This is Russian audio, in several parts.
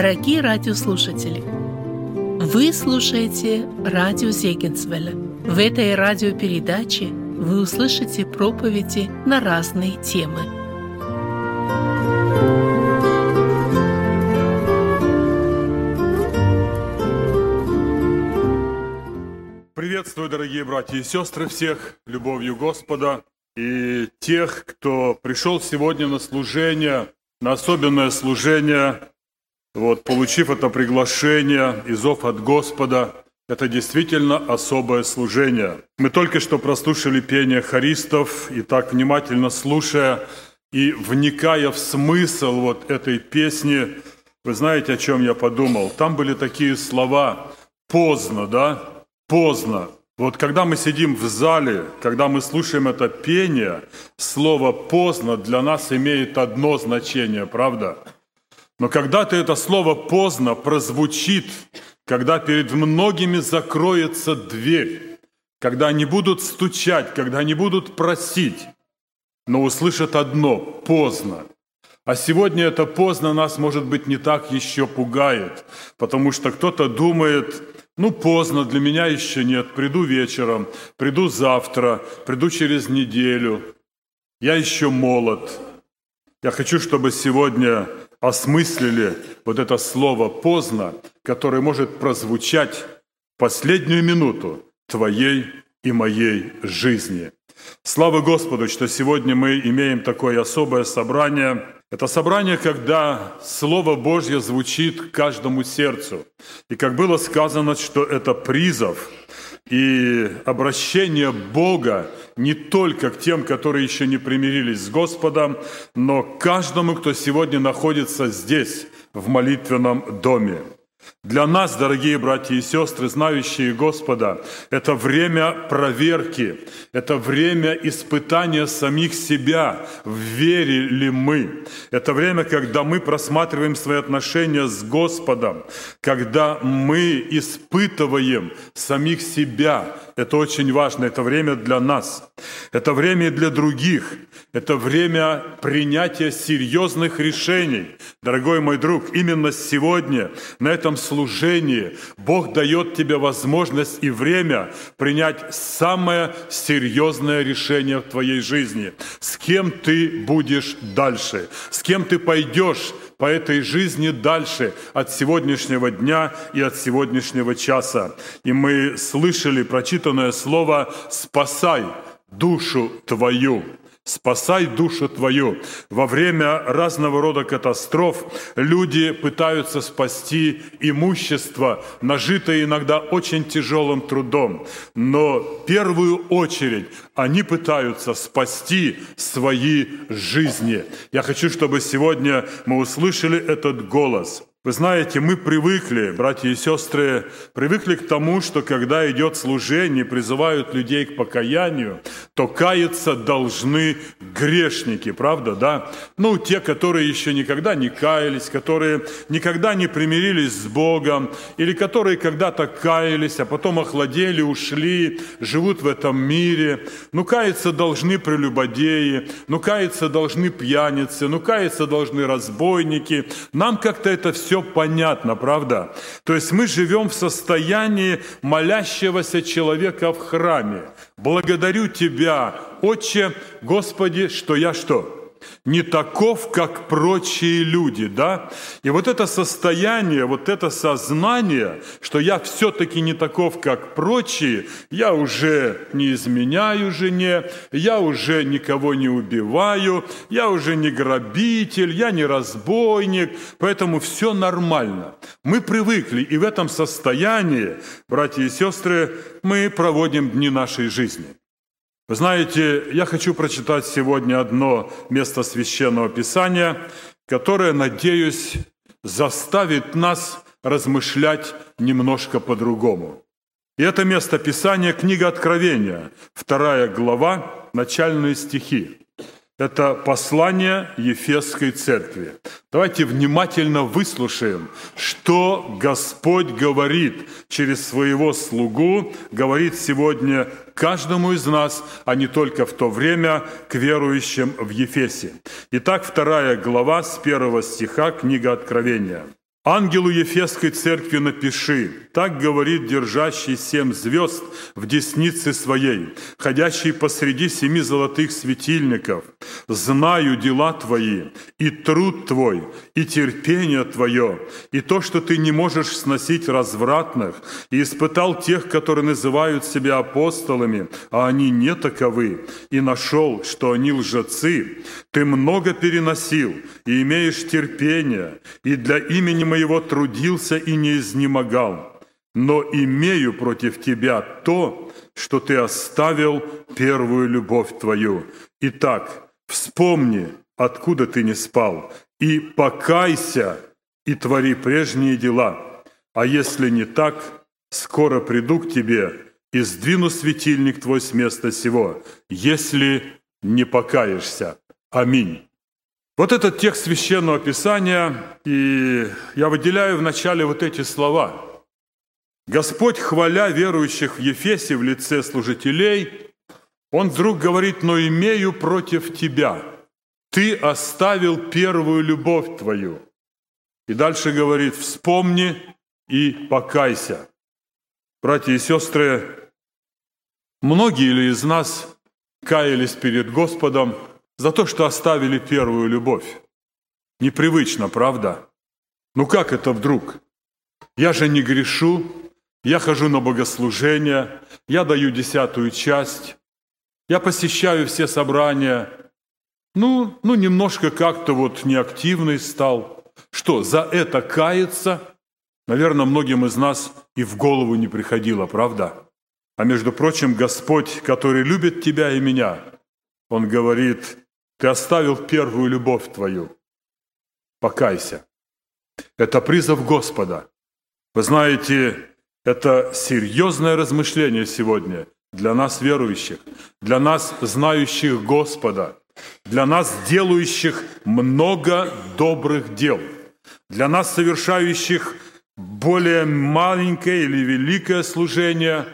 Дорогие радиослушатели, вы слушаете радио Зегенсвелля. В этой радиопередаче вы услышите проповеди на разные темы. Приветствую, дорогие братья и сестры, всех любовью Господа и тех, кто пришел сегодня на служение, на особенное служение, получив это приглашение и зов от Господа. Это действительно особое служение. Мы только что прослушали пение хористов, и так внимательно слушая и вникая в смысл этой песни, вы знаете, о чем я подумал? Там были такие слова «поздно», да? Поздно. Когда мы сидим в зале, когда мы слушаем это пение, слово «поздно» для нас имеет одно значение, правда? Но когда-то это слово «поздно» прозвучит, когда перед многими закроется дверь, когда они будут стучать, когда они будут просить, но услышат одно – «поздно». А сегодня это «поздно» нас, может быть, не так еще пугает, потому что кто-то думает: поздно, для меня еще нет, приду вечером, приду завтра, приду через неделю. Я еще молод. Я хочу, чтобы сегодня осмыслили это слово «поздно», которое может прозвучать в последнюю минуту твоей и моей жизни. Слава Господу, что сегодня мы имеем такое особое собрание. Это собрание, когда Слово Божье звучит к каждому сердцу. И как было сказано, что это призыв и обращение Бога не только к тем, которые еще не примирились с Господом, но к каждому, кто сегодня находится здесь, в молитвенном доме. Для нас, дорогие братья и сестры, знающие Господа, это время проверки, это время испытания самих себя, в вере ли мы. Это время, когда мы просматриваем свои отношения с Господом, когда мы испытываем самих себя. Это очень важно, это время для нас, это время и для других, это время принятия серьезных решений. Дорогой мой друг, именно сегодня, на этом служении, Бог дает тебе возможность и время принять самое серьезное решение в твоей жизни. С кем ты будешь дальше? С кем ты пойдешь по этой жизни дальше от сегодняшнего дня и от сегодняшнего часа? И мы слышали прочитанное слово «спасай душу твою». Спасай душу твою. Во время разного рода катастроф люди пытаются спасти имущество, нажитое иногда очень тяжелым трудом. Но в первую очередь они пытаются спасти свои жизни. Я хочу, чтобы сегодня мы услышали этот голос. Вы знаете, мы привыкли, братья и сестры, привыкли к тому, что когда идет служение, призывают людей к покаянию, то каяться должны грешники, правда, да? Те, которые еще никогда не каялись, которые никогда не примирились с Богом, или которые когда-то каялись, а потом охладели, ушли, живут в этом мире. Каяться должны прелюбодеи, каяться должны пьяницы, каяться должны разбойники. Нам как-то это все понятно, правда? То есть мы живем в состоянии молящегося человека в храме. Благодарю Тебя, Отче, Господи, что я что? Не таков, как прочие люди, да? И это состояние, это сознание, что я все-таки не таков, как прочие, я уже не изменяю жене, я уже никого не убиваю, я уже не грабитель, я не разбойник, поэтому все нормально. Мы привыкли, и в этом состоянии, братья и сестры, мы проводим дни нашей жизни. Вы знаете, я хочу прочитать сегодня одно место Священного Писания, которое, надеюсь, заставит нас размышлять немножко по-другому. И это место Писания, книга Откровения, 2 глава, начальные стихи. Это послание Ефесской церкви. Давайте внимательно выслушаем, что Господь говорит через своего слугу, говорит сегодня каждому из нас, а не только в то время к верующим в Ефесе. Итак, 2 глава с 1 стиха, книга Откровения. Ангелу Ефесской церкви напиши, так говорит держащий 7 звезд в деснице своей, ходящий посреди 7 золотых светильников. Знаю дела твои, и труд твой, и терпение твое, и то, что ты не можешь сносить развратных, и испытал тех, которые называют себя апостолами, а они не таковы, и нашел, что они лжецы. Ты много переносил, и имеешь терпение, и для имени моего трудился и не изнемогал. Но имею против тебя то, что ты оставил первую любовь твою. Итак, вспомни, откуда ты не спал, и покайся, и твори прежние дела. А если не так, скоро приду к тебе и сдвину светильник твой с места сего, если не покаешься. Аминь. Вот этот текст Священного Писания, и я выделяю вначале вот эти слова. Господь, хваля верующих в Ефесе в лице служителей, Он вдруг говорит: «Но имею против тебя, ты оставил первую любовь твою». И дальше говорит: «Вспомни и покайся». Братья и сестры, многие ли из нас каялись перед Господом за то, что оставили первую любовь? Непривычно, правда? Ну как это вдруг? Я же не грешу, я хожу на богослужения, я даю 10-ю часть, я посещаю все собрания. Ну, немножко как-то вот неактивный стал. Что, за это каяться? Наверное, многим из нас и в голову не приходило, правда? А между прочим, Господь, который любит тебя и меня, Он говорит: ты оставил первую любовь твою. Покайся. Это призыв Господа. Вы знаете, это серьезное размышление сегодня для нас, верующих, для нас, знающих Господа, для нас, делающих много добрых дел, для нас, совершающих более маленькое или великое служение,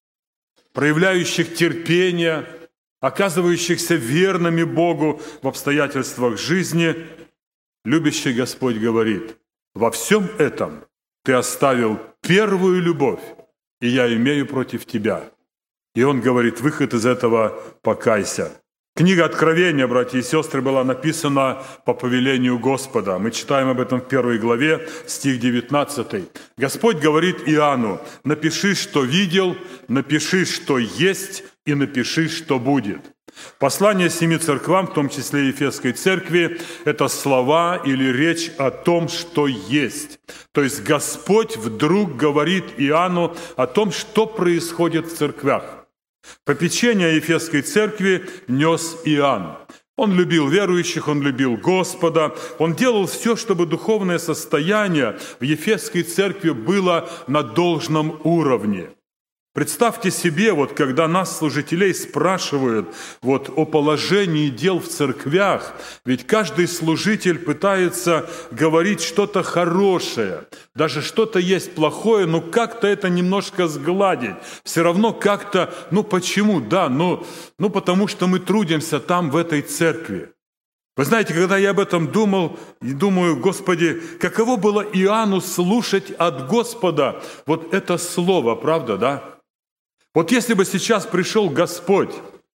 проявляющих терпение, оказывающихся верными Богу в обстоятельствах жизни. Любящий Господь говорит: во всем этом ты оставил первую любовь, и я имею против тебя. И Он говорит: выход из этого – покайся. Книга Откровения, братья и сестры, была написана по повелению Господа. Мы читаем об этом в 1 главе, стих 19. Господь говорит Иоанну: напиши, что видел, напиши, что есть, и напиши, что будет. Послание 7 церквам, в том числе Ефесской церкви, это слова или речь о том, что есть. То есть Господь вдруг говорит Иоанну о том, что происходит в церквях. Попечение Ефесской церкви нес Иоанн. Он любил верующих, он любил Господа, он делал все, чтобы духовное состояние в Ефесской церкви было на должном уровне. Представьте себе, вот когда нас, служителей, спрашивают вот о положении дел в церквях, ведь каждый служитель пытается говорить что-то хорошее, даже что-то есть плохое, но как-то это немножко сгладить. Все равно как-то, почему? Да, потому что мы трудимся там, в этой церкви. Вы знаете, когда я об этом думал, и думаю: Господи, каково было Иоанну слушать от Господа вот это слово, правда, да? Вот если бы сейчас пришел Господь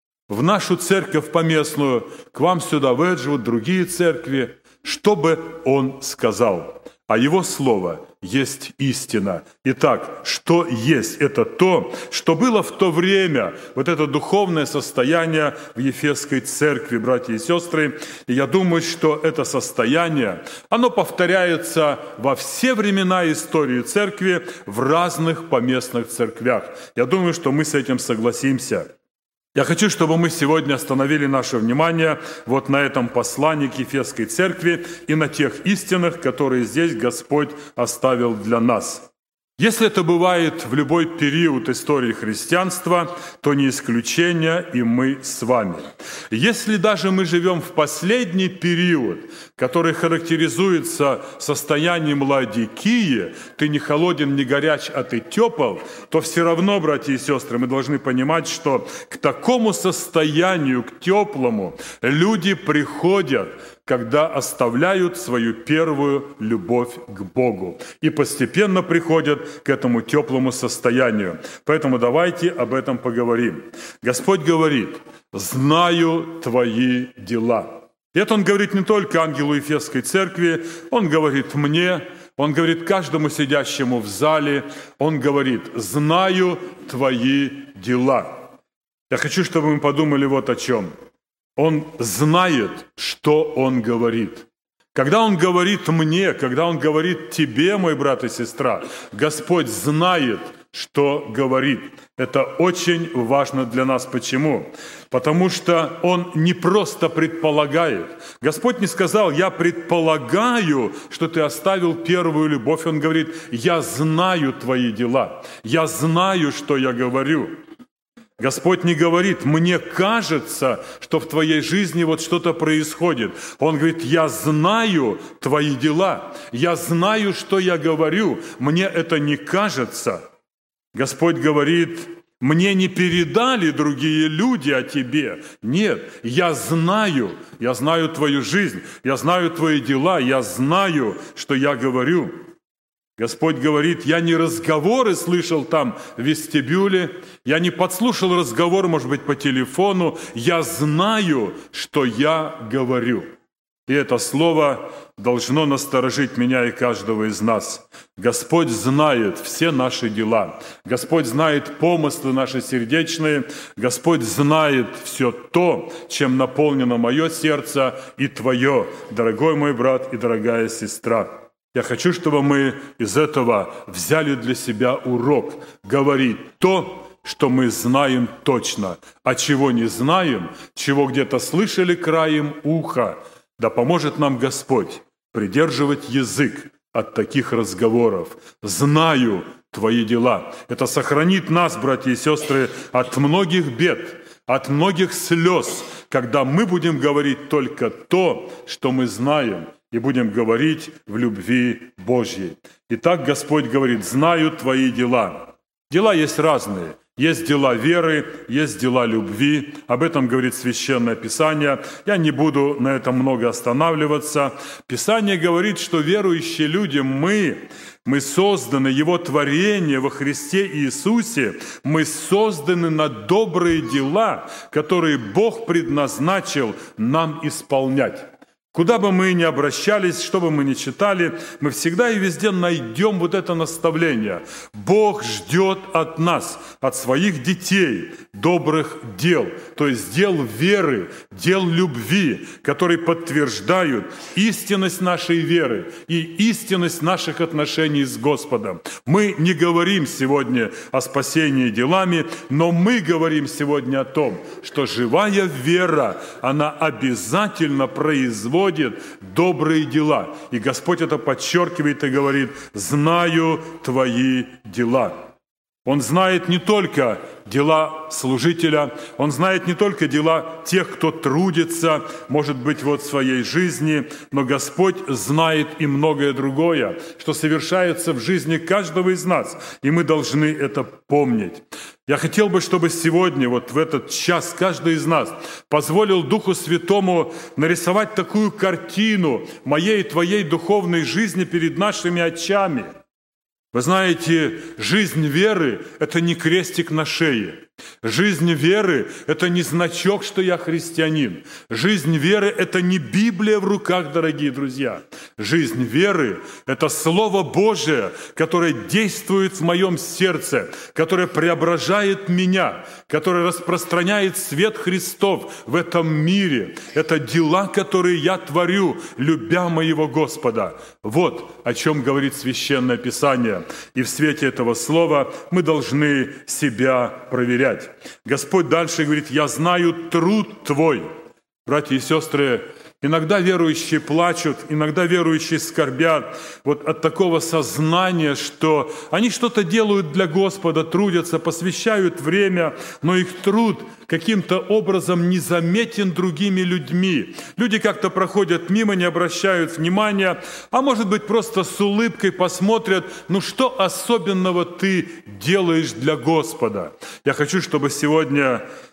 в нашу церковь поместную, к вам сюда, в Эджвуд, другие церкви, что бы Он сказал? А Его Слово есть истина. Итак, что есть? Это то, что было в то время, вот это духовное состояние в Ефесской церкви, братья и сестры. И я думаю, что это состояние, оно повторяется во все времена истории церкви в разных поместных церквях. Я думаю, что мы с этим согласимся. Я хочу, чтобы мы сегодня остановили наше внимание вот на этом послании к Ефесской церкви и на тех истинах, которые здесь Господь оставил для нас. Если это бывает в любой период истории христианства, то не исключение и мы с вами. Если даже мы живем в последний период, который характеризуется состоянием Ладикии, ты не холоден, не горяч, а ты тепл, то все равно, братья и сестры, мы должны понимать, что к такому состоянию, к теплому, люди приходят когда оставляют свою первую любовь к Богу и постепенно приходят к этому теплому состоянию. Поэтому давайте об этом поговорим. Господь говорит: «Знаю твои дела». И это Он говорит не только ангелу Ефесской церкви, Он говорит мне, Он говорит каждому сидящему в зале, Он говорит: «Знаю твои дела». Я хочу, чтобы мы подумали вот о чем. Он знает, что Он говорит. Когда Он говорит мне, когда Он говорит тебе, мой брат и сестра, Господь знает, что говорит. Это очень важно для нас. Почему? Потому что Он не просто предполагает. Господь не сказал: «Я предполагаю, что ты оставил первую любовь». Он говорит: «Я знаю твои дела, я знаю, что я говорю». Господь не говорит: «Мне кажется, что в твоей жизни вот что-то происходит». Он говорит: «Я знаю твои дела, я знаю, что я говорю, мне это не кажется». Господь говорит: «Мне не передали другие люди о тебе». Нет, я знаю твою жизнь, я знаю твои дела, я знаю, что я говорю. Господь говорит: «Я не разговоры слышал там в вестибюле, я не подслушал разговор, может быть, по телефону, я знаю, что я говорю». И это слово должно насторожить меня и каждого из нас. Господь знает все наши дела. Господь знает помыслы наши сердечные. Господь знает все то, чем наполнено мое сердце и твое, дорогой мой брат и дорогая сестра. Я хочу, чтобы мы из этого взяли для себя урок. Говорить то, что мы знаем точно, а чего не знаем, чего где-то слышали краем уха. Да поможет нам Господь придерживать язык от таких разговоров. «Знаю твои дела». Это сохранит нас, братья и сестры, от многих бед, от многих слез, когда мы будем говорить только то, что мы знаем, и будем говорить в любви Божьей. Итак, Господь говорит: «Знаю твои дела». Дела есть разные. Есть дела веры, есть дела любви. Об этом говорит Священное Писание. Я не буду на этом много останавливаться. Писание говорит, что верующие люди, мы созданы, Его творение во Христе Иисусе, мы созданы на добрые дела, которые Бог предназначил нам исполнять. Куда бы мы ни обращались, что бы мы ни читали, мы всегда и везде найдем вот это наставление. Бог ждет от нас, от своих детей, добрых дел, то есть дел веры, дел любви, которые подтверждают истинность нашей веры и истинность наших отношений с Господом. Мы не говорим сегодня о спасении делами, но мы говорим сегодня о том, что живая вера, она обязательно производит добрые дела. И Господь это подчеркивает и говорит: «Знаю твои дела». Он знает не только дела служителя, Он знает не только дела тех, кто трудится, может быть, вот в своей жизни, но Господь знает и многое другое, что совершается в жизни каждого из нас, и мы должны это помнить. Я хотел бы, чтобы сегодня, вот в этот час, каждый из нас позволил Духу Святому нарисовать такую картину моей и твоей духовной жизни перед нашими очами. Вы знаете, жизнь веры – это не крестик на шее. Жизнь веры – это не значок, что я христианин. Жизнь веры – это не Библия в руках, дорогие друзья. Жизнь веры – это Слово Божие, которое действует в моем сердце, которое преображает меня, которое распространяет свет Христов в этом мире. Это дела, которые я творю, любя моего Господа. Вот о чем говорит Священное Писание. И в свете этого слова мы должны себя проверять. Господь дальше говорит: «Я знаю труд твой». Братья и сестры, иногда верующие плачут, иногда верующие скорбят вот от такого сознания, что они что-то делают для Господа, трудятся, посвящают время, но их труд каким-то образом не заметен другими людьми. Люди как-то проходят мимо, не обращают внимания, а может быть просто с улыбкой посмотрят: ну что особенного ты делаешь для Господа? Я хочу, чтобы сегодня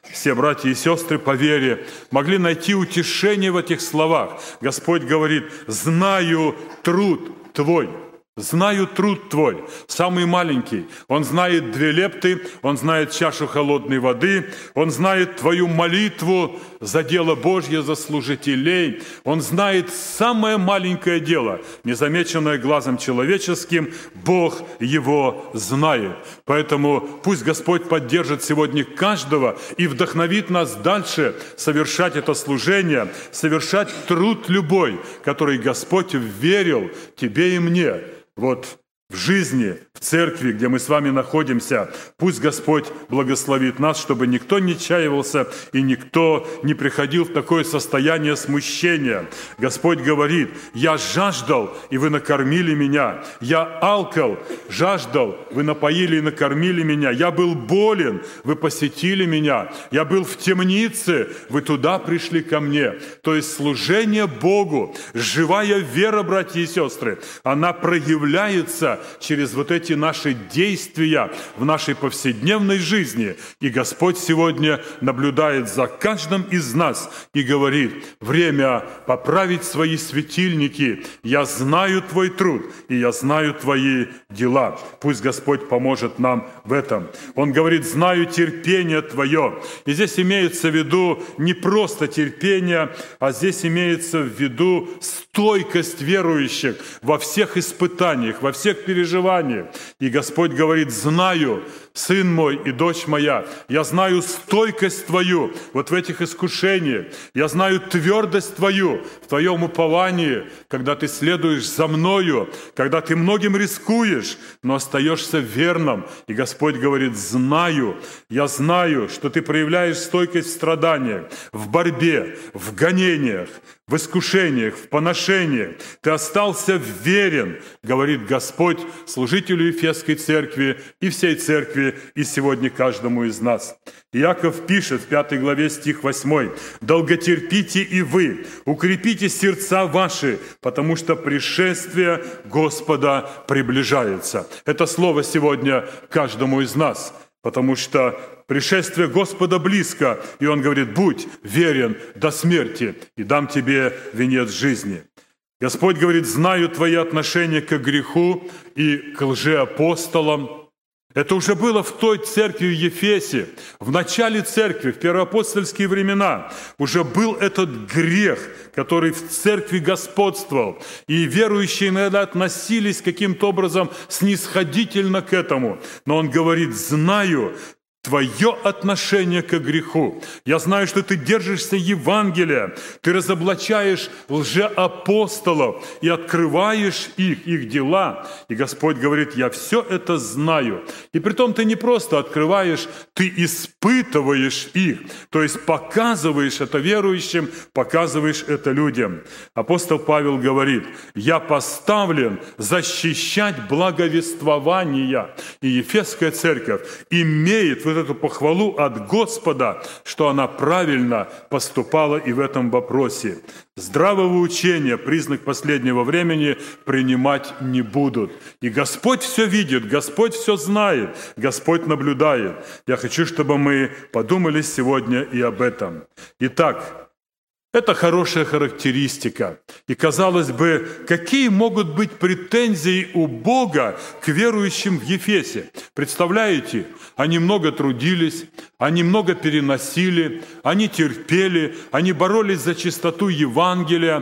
все братья и сестры по вере могли найти утешение в этих словах. Господь говорит: «Знаю труд твой». Знаю труд твой, самый маленький. Он знает 2 лепты, он знает чашу холодной воды, он знает твою молитву за дело Божье, за служителей. Он знает самое маленькое дело, незамеченное глазом человеческим. Бог его знает. Поэтому пусть Господь поддержит сегодня каждого и вдохновит нас дальше совершать это служение, совершать труд любой, который Господь верил тебе и мне. Вот в жизни, в церкви, где мы с вами находимся, пусть Господь благословит нас, чтобы никто не чаивался и никто не приходил в такое состояние смущения. Господь говорит: «Я жаждал, и вы накормили меня. Я алкал, жаждал, вы напоили и накормили меня. Я был болен, вы посетили меня. Я был в темнице, вы туда пришли ко мне». То есть служение Богу, живая вера, братья и сестры, она проявляется через вот эти наши действия в нашей повседневной жизни. И Господь сегодня наблюдает за каждым из нас и говорит: время поправить свои светильники. Я знаю твой труд, и я знаю твои дела. Пусть Господь поможет нам в этом. Он говорит: знаю терпение твое. И здесь имеется в виду не просто терпение, а здесь имеется в виду стойкость верующих во всех испытаниях, во всех переживаниях. И Господь говорит: знаю, сын мой и дочь моя, я знаю стойкость твою вот в этих искушениях. Я знаю твердость твою в твоем уповании, когда ты следуешь за мною, когда ты многим рискуешь, но остаешься верным. И Господь говорит: знаю, я знаю, что ты проявляешь стойкость в страданиях, в борьбе, в гонениях, в искушениях, в поношениях. Ты остался верен, говорит Господь служителю Ефесской церкви и всей церкви, и сегодня каждому из нас. Иаков пишет в 5 главе стих 8: «Долготерпите и вы, укрепите сердца ваши, потому что пришествие Господа приближается». Это слово сегодня каждому из нас, потому что пришествие Господа близко, и Он говорит: будь верен до смерти, и дам тебе венец жизни. Господь говорит: знаю твои отношения к греху и к лжеапостолам. Это уже было в той церкви в Ефесе, в начале церкви, в первоапостольские времена. Уже был этот грех, который в церкви господствовал. И верующие иногда относились каким-то образом снисходительно к этому. Но он говорит: знаю твое отношение к греху. Я знаю, что ты держишься Евангелия, ты разоблачаешь лжеапостолов и открываешь их дела. И Господь говорит: я все это знаю. И притом ты не просто открываешь, ты испытываешь их, то есть показываешь это верующим, показываешь это людям. Апостол Павел говорит: я поставлен защищать благовествование. И Ефесская церковь имеет вот эту похвалу от Господа, что она правильно поступала и в этом вопросе. Здравого учения, признак последнего времени, принимать не будут. И Господь все видит, Господь все знает, Господь наблюдает. Я хочу, чтобы мы подумали сегодня и об этом. Итак, это хорошая характеристика. И, казалось бы, какие могут быть претензии у Бога к верующим в Ефесе? Представляете? Они много трудились, они много переносили, они терпели, они боролись за чистоту Евангелия,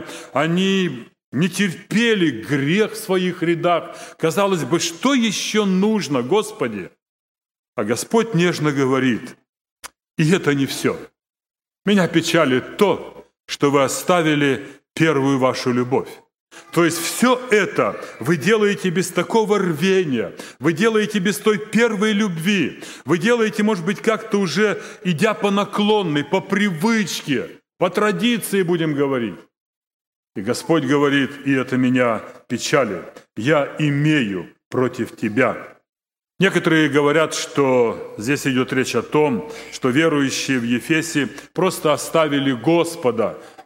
они не терпели грех в своих рядах. Казалось бы, что еще нужно, Господи? А Господь нежно говорит: и это не все. Меня печалит то, что вы оставили первую вашу любовь. То есть все это вы делаете без такого рвения, вы делаете без той первой любви, вы делаете, может быть, как-то уже идя по наклонной, по привычке, по традиции, будем говорить. И Господь говорит: и это меня печалит, я имею против тебя. Некоторые говорят, что здесь идет речь о том, что верующие в Ефесе просто оставили Господа.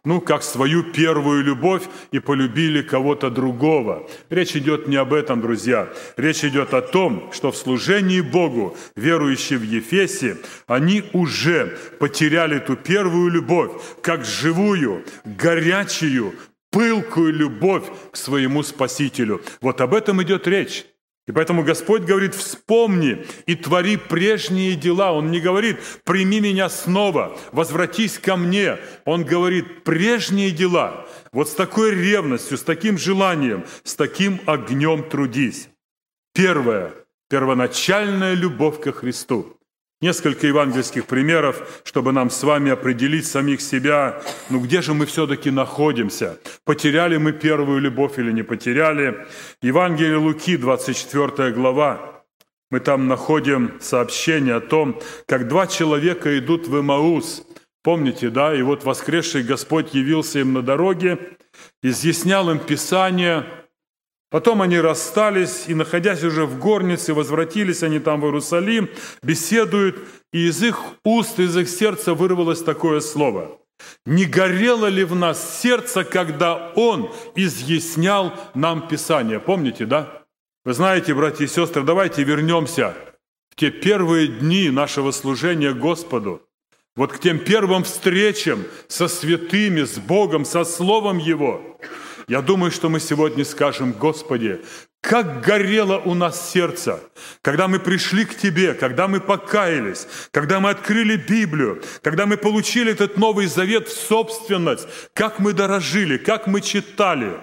как свою первую любовь и полюбили кого-то другого. Речь идет не об этом, друзья. Речь идет о том, что в служении Богу, верующие в Ефесе, они уже потеряли ту первую любовь, как живую, горячую, пылкую любовь к своему Спасителю. Вот об этом идет речь. И поэтому Господь говорит: вспомни и твори прежние дела. Он не говорит: прими меня снова, возвратись ко мне. Он говорит: прежние дела. Вот с такой ревностью, с таким желанием, с таким огнем трудись. Первое. Первоначальная любовь ко Христу. Несколько евангельских примеров, чтобы нам с вами определить самих себя. Где же мы все-таки находимся? Потеряли мы первую любовь или не потеряли? Евангелие Луки, 24 глава. Мы там находим сообщение о том, как два человека идут в Эмаус. Помните, да? И вот воскресший Господь явился им на дороге, изъяснял им Писание. Потом они расстались, и, находясь уже в горнице, возвратились они там в Иерусалим, беседуют, и из их уст, из их сердца вырвалось такое слово: «Не горело ли в нас сердце, когда Он изъяснял нам Писание?» Помните, да? Вы знаете, братья и сестры, давайте вернемся в те первые дни нашего служения Господу, вот к тем первым встречам со святыми, с Богом, со Словом Его. Я думаю, что мы сегодня скажем: Господи, как горело у нас сердце, когда мы пришли к Тебе, когда мы покаялись, когда мы открыли Библию, когда мы получили этот Новый Завет в собственность, как мы дорожили, как мы читали,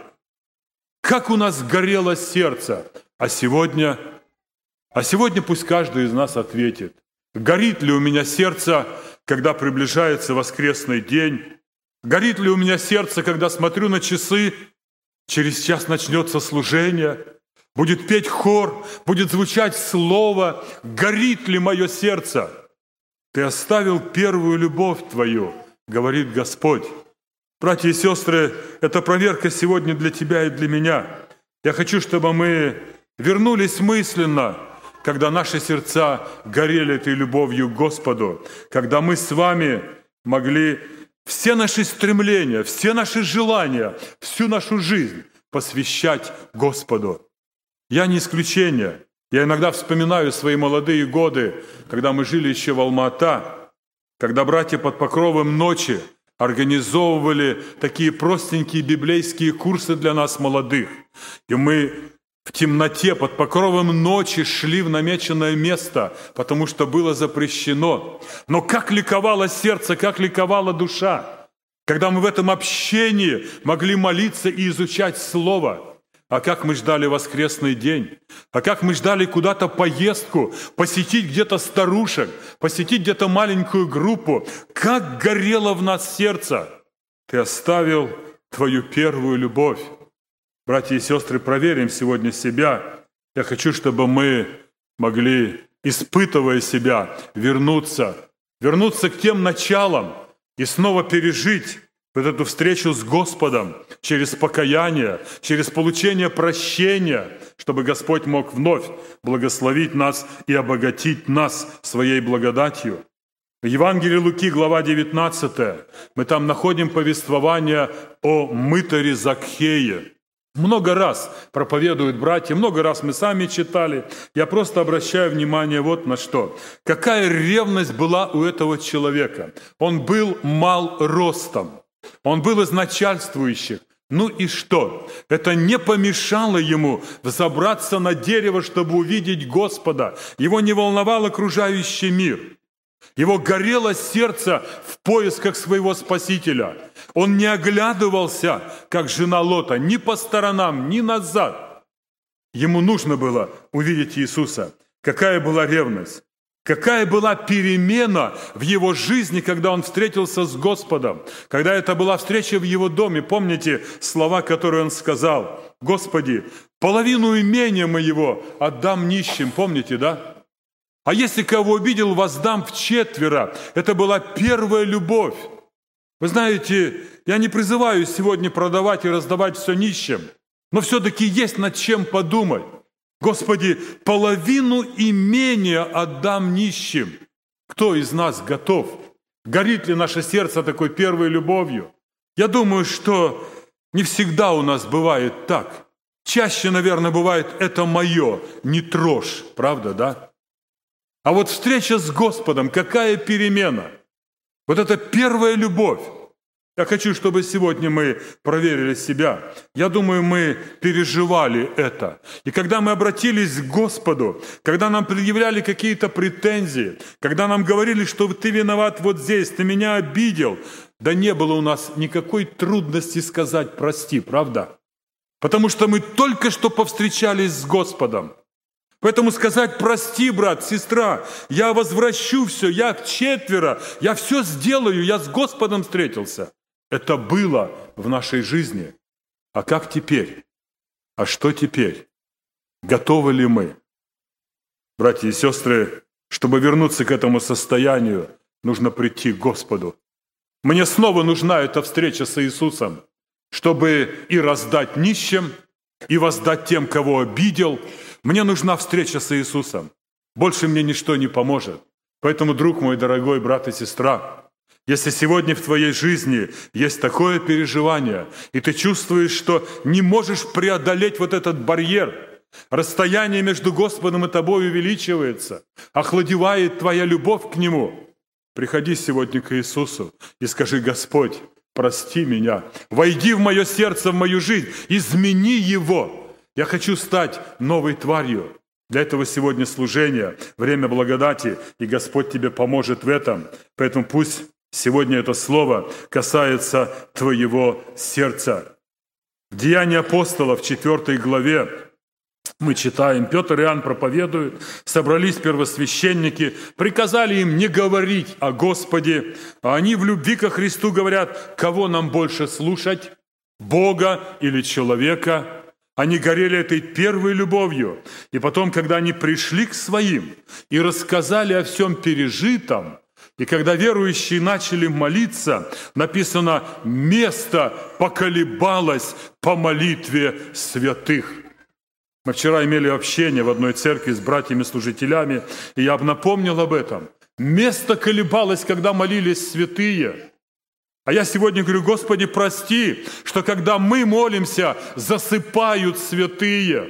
как у нас горело сердце. А сегодня пусть каждый из нас ответит: горит ли у меня сердце, когда приближается воскресный день? Горит ли у меня сердце, когда смотрю на часы? Через час начнется служение, будет петь хор, будет звучать слово. Горит ли мое сердце? Ты оставил первую любовь твою, говорит Господь. Братья и сестры, это проверка сегодня для тебя и для меня. Я хочу, чтобы мы вернулись мысленно, когда наши сердца горели этой любовью к Господу, когда мы с вами могли все наши стремления, все наши желания, всю нашу жизнь посвящать Господу. Я не исключение. Я иногда вспоминаю свои молодые годы, когда мы жили еще в Алма-Ата, когда братья под покровом ночи организовывали такие простенькие библейские курсы для нас, молодых. И мы в темноте под покровом ночи шли в намеченное место, потому что было запрещено. Но как ликовало сердце, как ликовала душа, когда мы в этом общении могли молиться и изучать Слово. А как мы ждали воскресный день, а как мы ждали куда-то поездку, посетить где-то старушек, посетить где-то маленькую группу. Как горело в нас сердце! Ты оставил твою первую любовь. Братья и сестры, проверим сегодня себя. Я хочу, чтобы мы могли, испытывая себя, вернуться к тем началам и снова пережить вот эту встречу с Господом через покаяние, через получение прощения, чтобы Господь мог вновь благословить нас и обогатить нас своей благодатью. В Евангелии Луки, глава 19, мы там находим повествование о мытаре Закхее. Много раз проповедуют братья, много раз мы сами читали. Я просто обращаю внимание вот на что. Какая ревность была у этого человека. Он был мал ростом, он был из начальствующих. Ну и что? Это не помешало ему взобраться на дерево, чтобы увидеть Господа. Его не волновал окружающий мир. Его горело сердце в поисках своего Спасителя. Он не оглядывался, как жена Лота, ни по сторонам, ни назад. Ему нужно было увидеть Иисуса. Какая была ревность, какая была перемена в его жизни, когда он встретился с Господом, когда это была встреча в его доме. Помните слова, которые он сказал? «Господи, половину имения моего отдам нищим». Помните, да? А если кого увидел, воздам вчетверо. Это была первая любовь. Вы знаете, я не призываю сегодня продавать и раздавать все нищим, но все-таки есть над чем подумать. Господи, половину имения отдам нищим. Кто из нас готов? Горит ли наше сердце такой первой любовью? Я думаю, что не всегда у нас бывает так. Чаще, наверное, бывает «это мое, не трожь». Правда, да? А вот встреча с Господом, какая перемена? Вот это первая любовь. Я хочу, чтобы сегодня мы проверили себя. Я думаю, мы переживали это. И когда мы обратились к Господу, когда нам предъявляли какие-то претензии, когда нам говорили, что ты виноват вот здесь, ты меня обидел, да не было у нас никакой трудности сказать «прости», правда? Потому что мы только что повстречались с Господом. Поэтому сказать «прости, брат, сестра, я возвращу все, я четверо, я все сделаю, я с Господом встретился». Это было в нашей жизни. А как теперь? А что теперь? Готовы ли мы? Братья и сестры, чтобы вернуться к этому состоянию, нужно прийти к Господу. Мне снова нужна эта встреча с Иисусом, чтобы и раздать нищим, и воздать тем, кого обидел. Мне нужна встреча с Иисусом. Больше мне ничто не поможет. Поэтому, друг мой дорогой брат и сестра, если сегодня в твоей жизни есть такое переживание, и ты чувствуешь, что не можешь преодолеть вот этот барьер, расстояние между Господом и тобой увеличивается, охладевает твоя любовь к Нему, приходи сегодня к Иисусу и скажи: «Господь, прости меня, войди в мое сердце, в мою жизнь, измени его. Я хочу стать новой тварью». Для этого сегодня служение, время благодати, и Господь тебе поможет в этом. Поэтому пусть сегодня это слово касается твоего сердца. В Деянии апостолов, 4 главе, мы читаем, Петр и Иоанн проповедуют, собрались первосвященники, приказали им не говорить о Господе, а они в любви ко Христу говорят: кого нам больше слушать, Бога или человека? Они горели этой первой любовью. И потом, когда они пришли к своим и рассказали о всем пережитом, и когда верующие начали молиться, написано: место поколебалось по молитве святых. Мы вчера имели общение в одной церкви с братьями-служителями, и я напомнил об этом. Место колебалось, когда молились святые. А я сегодня говорю: Господи, прости, что когда мы молимся, засыпают святые.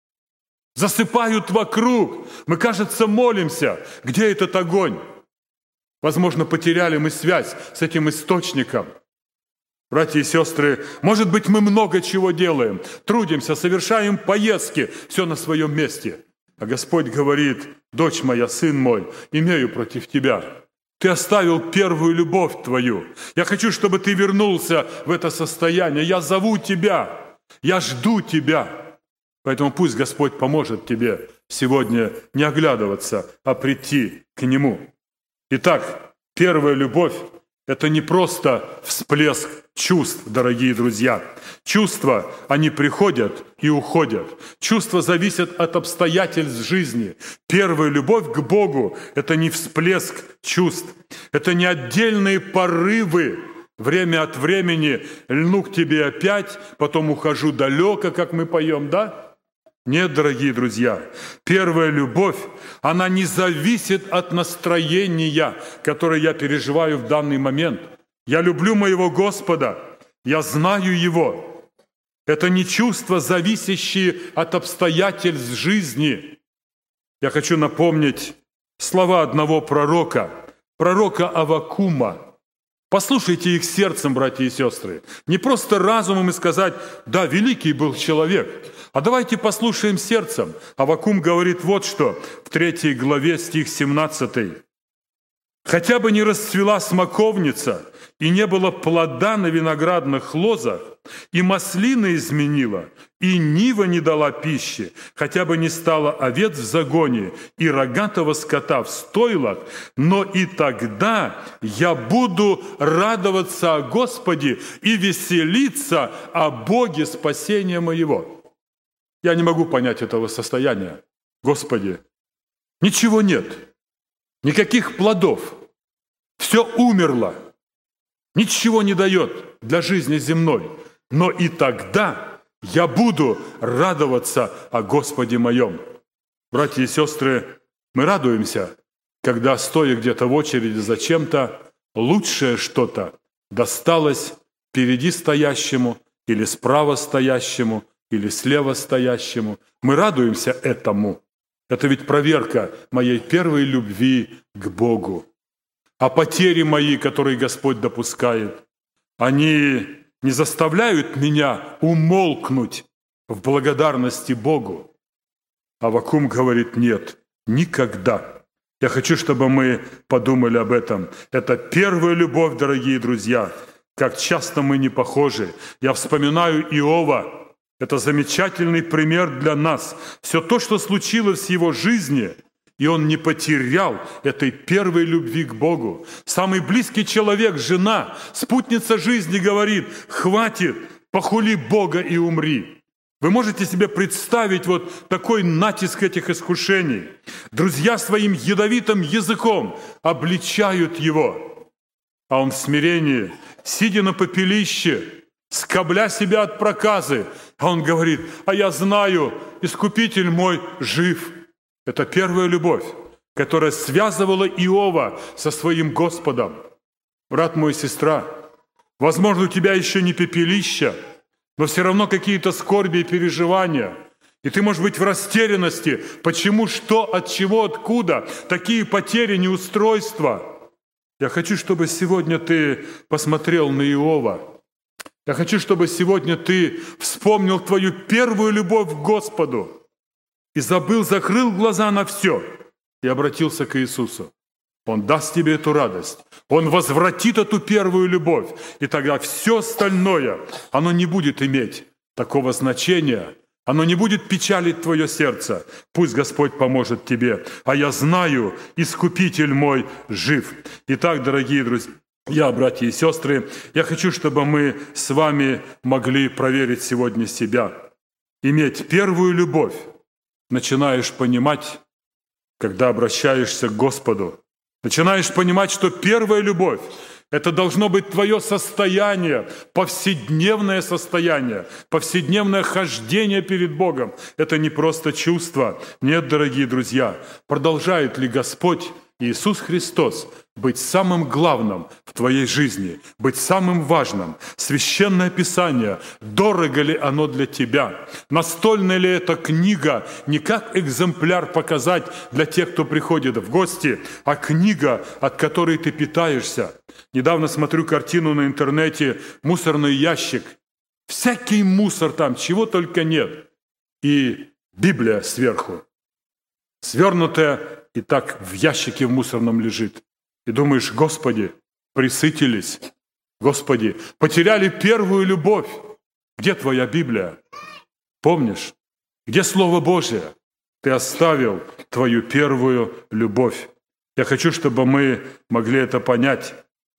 Засыпают вокруг. Мы, кажется, молимся. Где этот огонь? Возможно, потеряли мы связь с этим источником. Братья и сестры, может быть, мы много чего делаем, трудимся, совершаем поездки, все на своем месте. А Господь говорит: дочь моя, сын мой, имею против тебя. Ты оставил первую любовь твою. Я хочу, чтобы ты вернулся в это состояние. Я зову тебя, я жду тебя. Поэтому пусть Господь поможет тебе сегодня не оглядываться, а прийти к Нему. Итак, первая любовь – это не просто всплеск чувств, дорогие друзья. Чувства, они приходят и уходят. Чувства зависят от обстоятельств жизни. Первая любовь к Богу – это не всплеск чувств. Это не отдельные порывы. Время от времени льну к тебе опять, потом ухожу далеко, как мы поем, да? Нет, дорогие друзья, первая любовь, она не зависит от настроения, которое я переживаю в данный момент. Я люблю моего Господа, я знаю Его. Это не чувства, зависящие от обстоятельств жизни. Я хочу напомнить слова одного пророка Аввакума. Послушайте их сердцем, братья и сестры. Не просто разумом и сказать: да, великий был человек. А давайте послушаем сердцем. Аввакум говорит вот что, в 3 главе, стих 17. «Хотя бы не расцвела смоковница, и не было плода на виноградных лозах, и маслина изменила, и нива не дала пищи, хотя бы не стало овец в загоне, и рогатого скота в стойлах, но и тогда я буду радоваться о Господе и веселиться о Боге спасения моего». Я не могу понять этого состояния. Господи, ничего нет, никаких плодов, все умерло, ничего не дает для жизни земной, но и тогда я буду радоваться о Господе моем. Братья и сестры, мы радуемся, когда, стоя где-то в очереди за чем-то, лучшее что-то досталось впереди стоящему, или справа стоящему, или слева стоящему. Мы радуемся этому. Это ведь проверка моей первой любви к Богу. А потери мои, которые Господь допускает, они не заставляют меня умолкнуть в благодарности Богу. Аввакум говорит: нет, никогда. Я хочу, чтобы мы подумали об этом. Это первая любовь, дорогие друзья. Как часто мы не похожи. Я вспоминаю Иова. Это замечательный пример для нас. Все то, что случилось в его жизни, и он не потерял этой первой любви к Богу. Самый близкий человек, жена, спутница жизни, говорит: хватит, похули Бога и умри. Вы можете себе представить вот такой натиск этих искушений? Друзья своим ядовитым языком обличают его, а он в смирении, сидя на попелище, скобля себя от проказы, а он говорит: а я знаю, Искупитель мой жив. Это первая любовь, которая связывала Иова со своим Господом. Брат мой, сестра, возможно, у тебя еще не пепелище, но все равно какие-то скорби и переживания. И ты, может быть, в растерянности. Почему, что, от чего, откуда? Такие потери, неустройства. Я хочу, чтобы сегодня ты посмотрел на Иова. Я хочу, чтобы сегодня ты вспомнил твою первую любовь к Господу и закрыл глаза на все и обратился к Иисусу. Он даст тебе эту радость. Он возвратит эту первую любовь. И тогда все остальное, оно не будет иметь такого значения. Оно не будет печалить твое сердце. Пусть Господь поможет тебе. А я знаю, Искупитель мой жив. Итак, дорогие друзья, братья и сестры, я хочу, чтобы мы с вами могли проверить сегодня себя. Иметь первую любовь начинаешь понимать, когда обращаешься к Господу. Начинаешь понимать, что первая любовь – это должно быть твое состояние, повседневное хождение перед Богом. Это не просто чувство. Нет, дорогие друзья, продолжает ли Господь Иисус Христос быть самым главным в твоей жизни, быть самым важным? Священное Писание, дорого ли оно для тебя? Настольная ли эта книга не как экземпляр показать для тех, кто приходит в гости, а книга, от которой ты питаешься? Недавно смотрю картину на интернете, мусорный ящик. Всякий мусор там, чего только нет. И Библия сверху, свернутая, и так в ящике в мусорном лежит. И думаешь: Господи, присытились. Господи, потеряли первую любовь. Где твоя Библия? Помнишь? Где Слово Божие? Ты оставил твою первую любовь. Я хочу, чтобы мы могли это понять.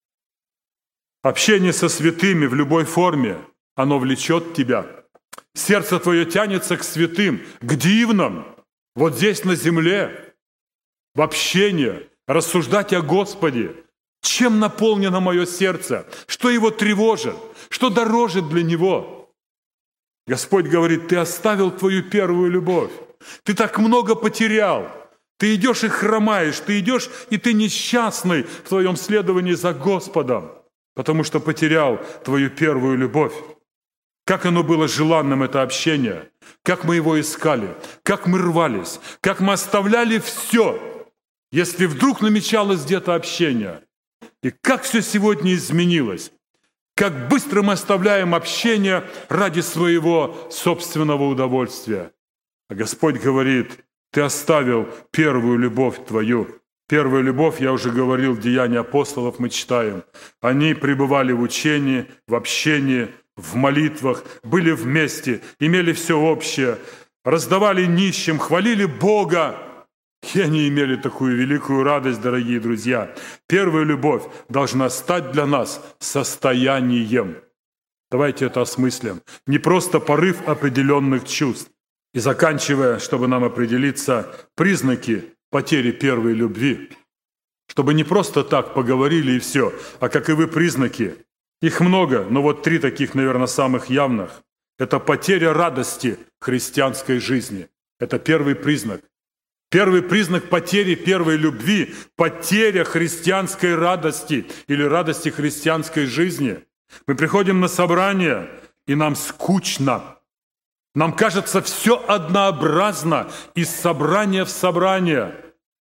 Общение со святыми в любой форме, оно влечет тебя. Сердце твое тянется к святым, к дивным. Вот здесь на земле, в общении, рассуждать о Господе. Чем наполнено мое сердце? Что его тревожит? Что дорожит для него? Господь говорит: ты оставил твою первую любовь. Ты так много потерял. Ты идешь и хромаешь. Ты идешь, и ты несчастный в твоем следовании за Господом, потому что потерял твою первую любовь. Как оно было желанным, это общение. Как мы его искали. Как мы рвались. Как мы оставляли все, если вдруг намечалось где-то общение. И как все сегодня изменилось. Как быстро мы оставляем общение ради своего собственного удовольствия. А Господь говорит: ты оставил первую любовь твою. Первая любовь, я уже говорил, в Деяниях апостолов мы читаем. Они пребывали в учении, в общении, в молитвах, были вместе, имели все общее, раздавали нищим, хвалили Бога. И они имели такую великую радость, дорогие друзья. Первая любовь должна стать для нас состоянием. Давайте это осмыслим. Не просто порыв определенных чувств. И заканчивая, чтобы нам определиться, признаки потери первой любви. Чтобы не просто так поговорили и все, а каковы признаки. Их много, но вот 3 таких, наверное, самых явных. Это потеря радости христианской жизни. Это первый признак. Первый признак потери первой любви – потеря христианской радости или радости христианской жизни. Мы приходим на собрание, и нам скучно. Нам кажется, все однообразно из собрания в собрание.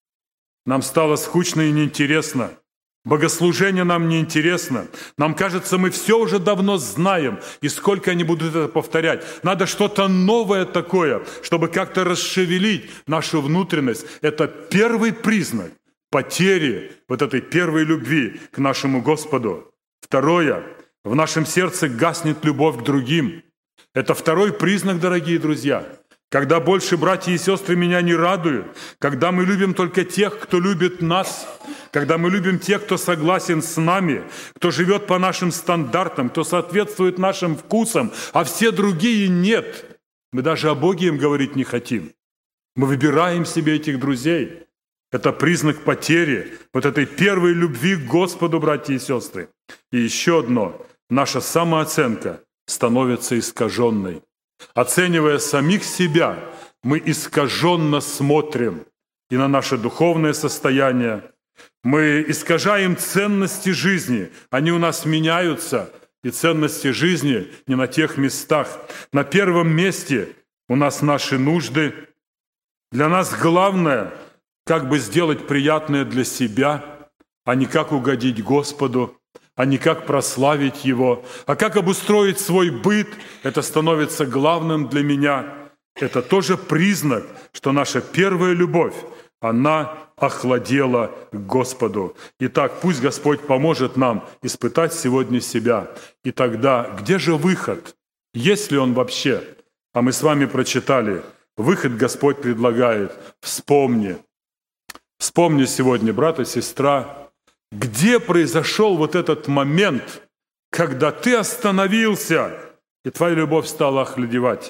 Нам стало скучно и неинтересно. Богослужение нам неинтересно. Нам кажется, мы все уже давно знаем, и сколько они будут это повторять. Надо что-то новое такое, чтобы как-то расшевелить нашу внутренность. Это первый признак потери вот этой первой любви к нашему Господу. Второе, в нашем сердце гаснет любовь к другим. Это второй признак, дорогие друзья. Когда больше братья и сестры меня не радуют, когда мы любим только тех, кто любит нас, когда мы любим тех, кто согласен с нами, кто живет по нашим стандартам, кто соответствует нашим вкусам, а все другие нет. Мы даже о Боге им говорить не хотим. Мы выбираем себе этих друзей. Это признак потери вот этой первой любви к Господу, братья и сестры. И еще одно. Наша самооценка становится искаженной. Оценивая самих себя, мы искаженно смотрим и на наше духовное состояние. Мы искажаем ценности жизни. Они у нас меняются, и ценности жизни не на тех местах. На первом месте у нас наши нужды. Для нас главное, как бы сделать приятное для себя, а не как угодить Господу, а не как прославить Его, а как обустроить свой быт. Это становится главным для меня. Это тоже признак, что наша первая любовь, она охладела к Господу. Итак, пусть Господь поможет нам испытать сегодня себя. И тогда, где же выход? Есть ли он вообще? А мы с вами прочитали. Выход Господь предлагает. Вспомни. Вспомни сегодня, брат и сестра, где произошел вот этот момент, когда ты остановился, и твоя любовь стала охладевать.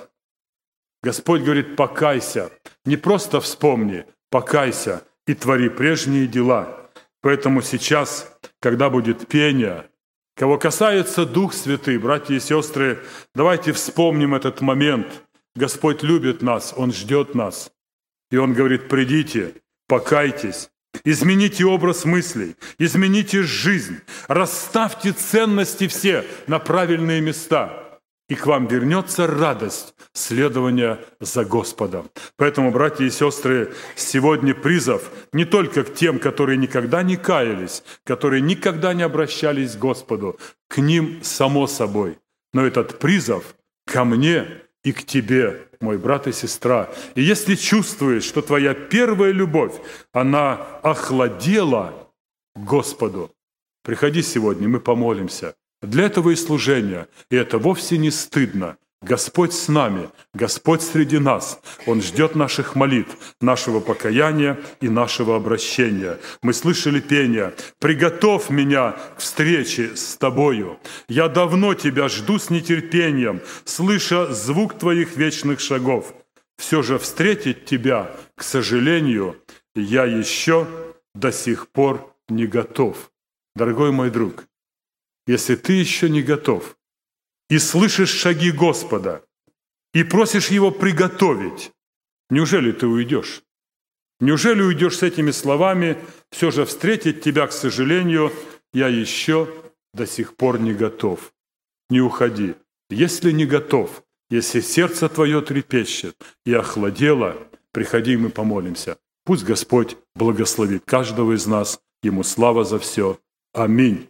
Господь говорит, покайся. Не просто вспомни, покайся и твори прежние дела. Поэтому сейчас, когда будет пение, кого касается Дух Святый, братья и сестры, давайте вспомним этот момент. Господь любит нас, Он ждет нас. И Он говорит, придите, покайтесь, измените образ мыслей, измените жизнь, расставьте ценности все на правильные места, и к вам вернется радость следования за Господом. Поэтому, братья и сестры, сегодня призыв не только к тем, которые никогда не каялись, которые никогда не обращались к Господу, к ним само собой, но этот призыв ко мне и к тебе, мой брат и сестра. И если чувствуешь, что твоя первая любовь, она охладела к Господу, приходи сегодня, мы помолимся. Для этого и служение. И это вовсе не стыдно. Господь с нами, Господь среди нас. Он ждет наших молитв, нашего покаяния и нашего обращения. Мы слышали пение «Приготовь меня к встрече с Тобою. Я давно Тебя жду с нетерпением, слыша звук Твоих вечных шагов. Все же встретить Тебя, к сожалению, я еще до сих пор не готов». Дорогой мой друг, если ты еще не готов и слышишь шаги Господа, и просишь Его приготовить, неужели ты уйдешь? Неужели уйдешь с этими словами, все же встретить тебя, к сожалению, я еще до сих пор не готов? Не уходи. Если не готов, если сердце твое трепещет и охладело, приходи, и мы помолимся. Пусть Господь благословит каждого из нас. Ему слава за все. Аминь.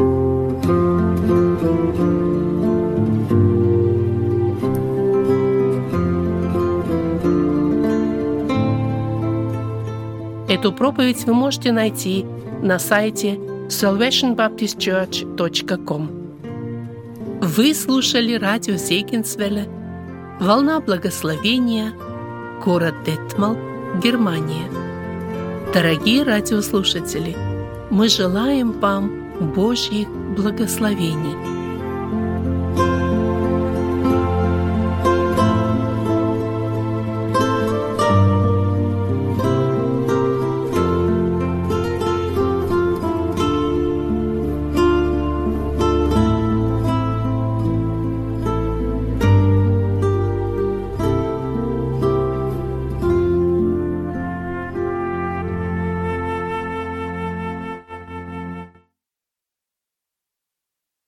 Эту проповедь вы можете найти на сайте salvationbaptistchurch.com. Вы слушали радио Зегенсвелле, «Волна благословения», город Детмал, Германия. Дорогие радиослушатели, мы желаем вам Божьих благословений.